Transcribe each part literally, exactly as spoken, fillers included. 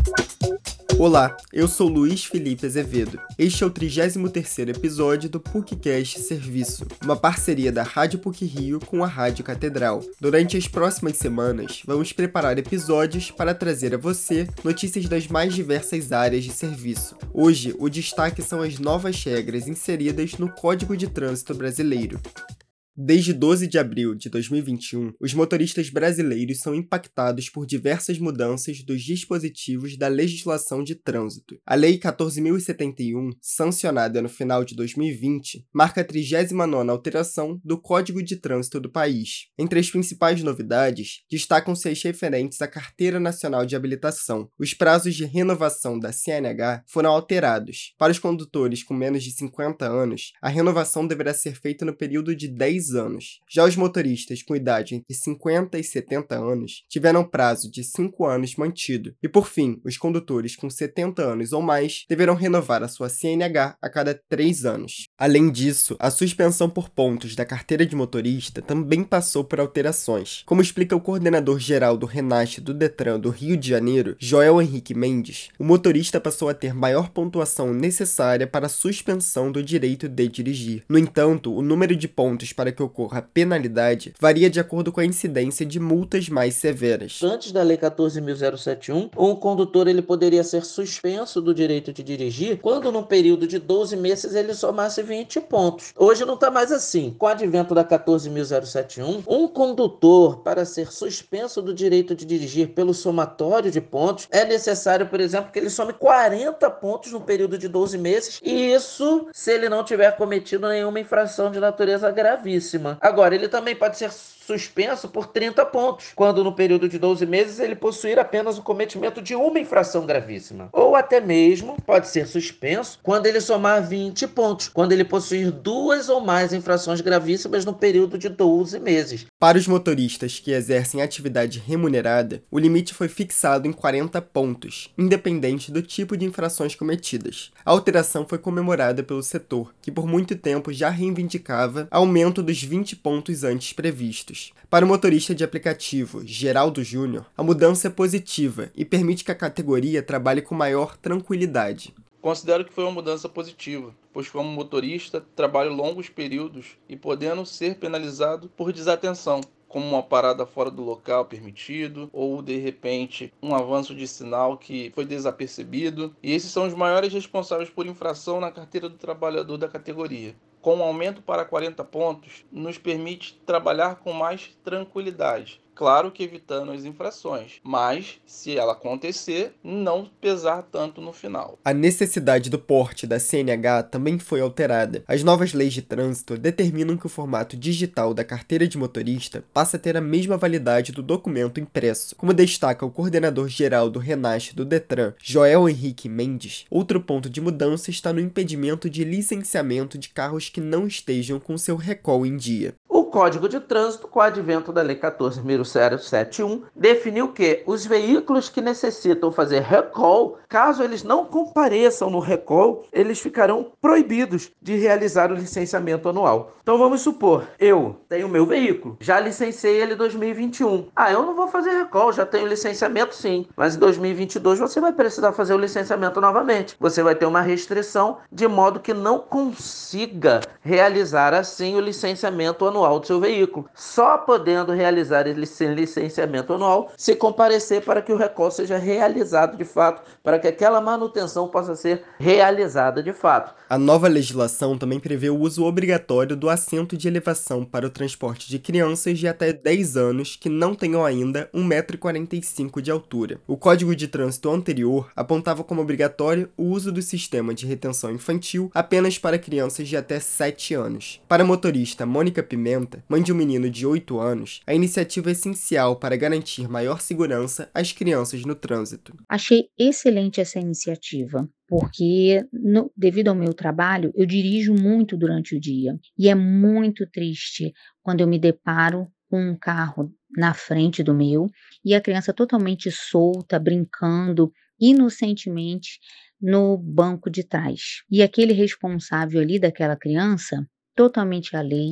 Olá, eu sou Luiz Felipe Azevedo. Este é o trigésimo terceiro episódio do PUCcast Serviço, uma parceria da Rádio PUC-Rio com a Rádio Catedral. Durante as próximas semanas, vamos preparar episódios para trazer a você notícias das mais diversas áreas de serviço. Hoje, o destaque são as novas regras inseridas no Código de Trânsito Brasileiro. Desde doze de abril de dois mil e vinte e um, os motoristas brasileiros são impactados por diversas mudanças dos dispositivos da legislação de trânsito. A Lei quatorze mil e setenta e um, sancionada no final de dois mil e vinte, marca a trigésima nona alteração do Código de Trânsito do país. Entre as principais novidades, destacam-se as referentes à Carteira Nacional de Habilitação. Os prazos de renovação da C N H foram alterados. Para os condutores com menos de cinquenta anos, a renovação deverá ser feita no período de dez anos. Já os motoristas com idade entre cinquenta e setenta anos tiveram prazo de cinco anos mantido. E por fim, os condutores com setenta anos ou mais deverão renovar a sua C N H a cada três anos. Além disso, a suspensão por pontos da carteira de motorista também passou por alterações. Como explica o coordenador-geral do RENASH do Detran do Rio de Janeiro, Joel Henrique Mendes, o motorista passou a ter maior pontuação necessária para a suspensão do direito de dirigir. No entanto, o número de pontos para que ocorra a penalidade varia de acordo com a incidência de multas mais severas. Antes da Lei quatorze mil e setenta e um, um condutor ele poderia ser suspenso do direito de dirigir quando num período de doze meses ele somasse vinte pontos. Hoje não está mais assim. Com o advento da quatorze mil e setenta e um, um condutor, para ser suspenso do direito de dirigir pelo somatório de pontos, é necessário, por exemplo, que ele some quarenta pontos no período de doze meses, e isso se ele não tiver cometido nenhuma infração de natureza gravíssima. Agora, ele também pode ser suspenso por trinta pontos, quando no período de doze meses ele possuir apenas o cometimento de uma infração gravíssima. Ou até mesmo pode ser suspenso quando ele somar vinte pontos, quando ele possuir duas ou mais infrações gravíssimas no período de doze meses. Para os motoristas que exercem atividade remunerada, o limite foi fixado em quarenta pontos, independente do tipo de infrações cometidas. A alteração foi comemorada pelo setor, que por muito tempo já reivindicava aumento dos vinte pontos antes previstos. Para o motorista de aplicativo Geraldo Júnior, a mudança é positiva e permite que a categoria trabalhe com maior tranquilidade. Considero que foi uma mudança positiva, pois como motorista trabalho longos períodos e podendo ser penalizado por desatenção, como uma parada fora do local permitido, ou de repente um avanço de sinal que foi desapercebido, e esses são os maiores responsáveis por infração na carteira do trabalhador da categoria. Com o aumento para quarenta pontos, nos permite trabalhar com mais tranquilidade. Claro que evitando as infrações, mas, se ela acontecer, não pesar tanto no final. A necessidade do porte da C N H também foi alterada. As novas leis de trânsito determinam que o formato digital da carteira de motorista passa a ter a mesma validade do documento impresso. Como destaca o coordenador-geral do RENASH do Detran, Joel Henrique Mendes, outro ponto de mudança está no impedimento de licenciamento de carros que não estejam com seu recall em dia. O Código de Trânsito, com o advento da Lei quatorze mil e setenta e um, definiu que os veículos que necessitam fazer recall, caso eles não compareçam no recall, eles ficarão proibidos de realizar o licenciamento anual. Então vamos supor, eu tenho meu veículo, já licenciei ele em dois mil e vinte e um. Ah, eu não vou fazer recall, já tenho licenciamento sim, mas em dois mil e vinte e dois você vai precisar fazer o licenciamento novamente. Você vai ter uma restrição de modo que não consiga realizar assim o licenciamento anual do seu veículo, só podendo realizar esse licenciamento anual se comparecer para que o recall seja realizado de fato, para que aquela manutenção possa ser realizada de fato. A nova legislação também prevê o uso obrigatório do assento de elevação para o transporte de crianças de até dez anos que não tenham ainda um metro e quarenta e cinco de altura. O Código de Trânsito anterior apontava como obrigatório o uso do sistema de retenção infantil apenas para crianças de até sete anos. Para a motorista Mônica Pimenta, mãe de um menino de oito anos, a iniciativa é essencial para garantir maior segurança às crianças no trânsito. Achei excelente essa iniciativa, porque no- devido ao meu trabalho, eu dirijo muito durante o dia e é muito triste quando eu me deparo com um carro na frente do meu e a criança totalmente solta, brincando inocentemente no banco de trás. E aquele responsável ali daquela criança totalmente alheio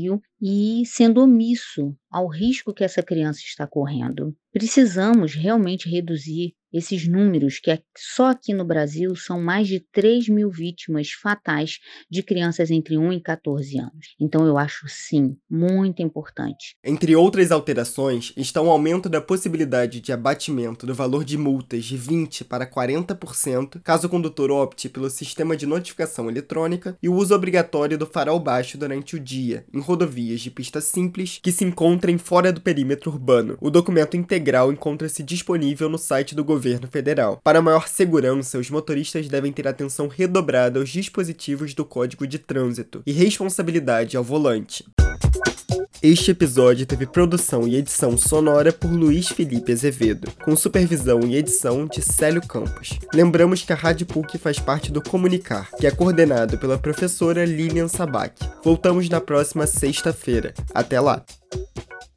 e sendo omisso ao risco que essa criança está correndo. Precisamos realmente reduzir esses números, que só aqui no Brasil são mais de três mil vítimas fatais de crianças entre um e quatorze anos. Então eu acho, sim, muito importante. Entre outras alterações, está o aumento da possibilidade de abatimento do valor de multas de vinte para quarenta por cento, caso o condutor opte pelo sistema de notificação eletrônica, e o uso obrigatório do farol baixo durante o dia, em rodovias de pista simples que se encontrem fora do perímetro urbano. O documento integral encontra-se disponível no site do governo federal. Para maior segurança, os motoristas devem ter atenção redobrada aos dispositivos do Código de Trânsito e responsabilidade ao volante. Este episódio teve produção e edição sonora por Luiz Felipe Azevedo, com supervisão e edição de Célio Campos. Lembramos que a Rádio P U C faz parte do Comunicar, que é coordenado pela professora Lilian Sabac. Voltamos na próxima sexta-feira. Até lá!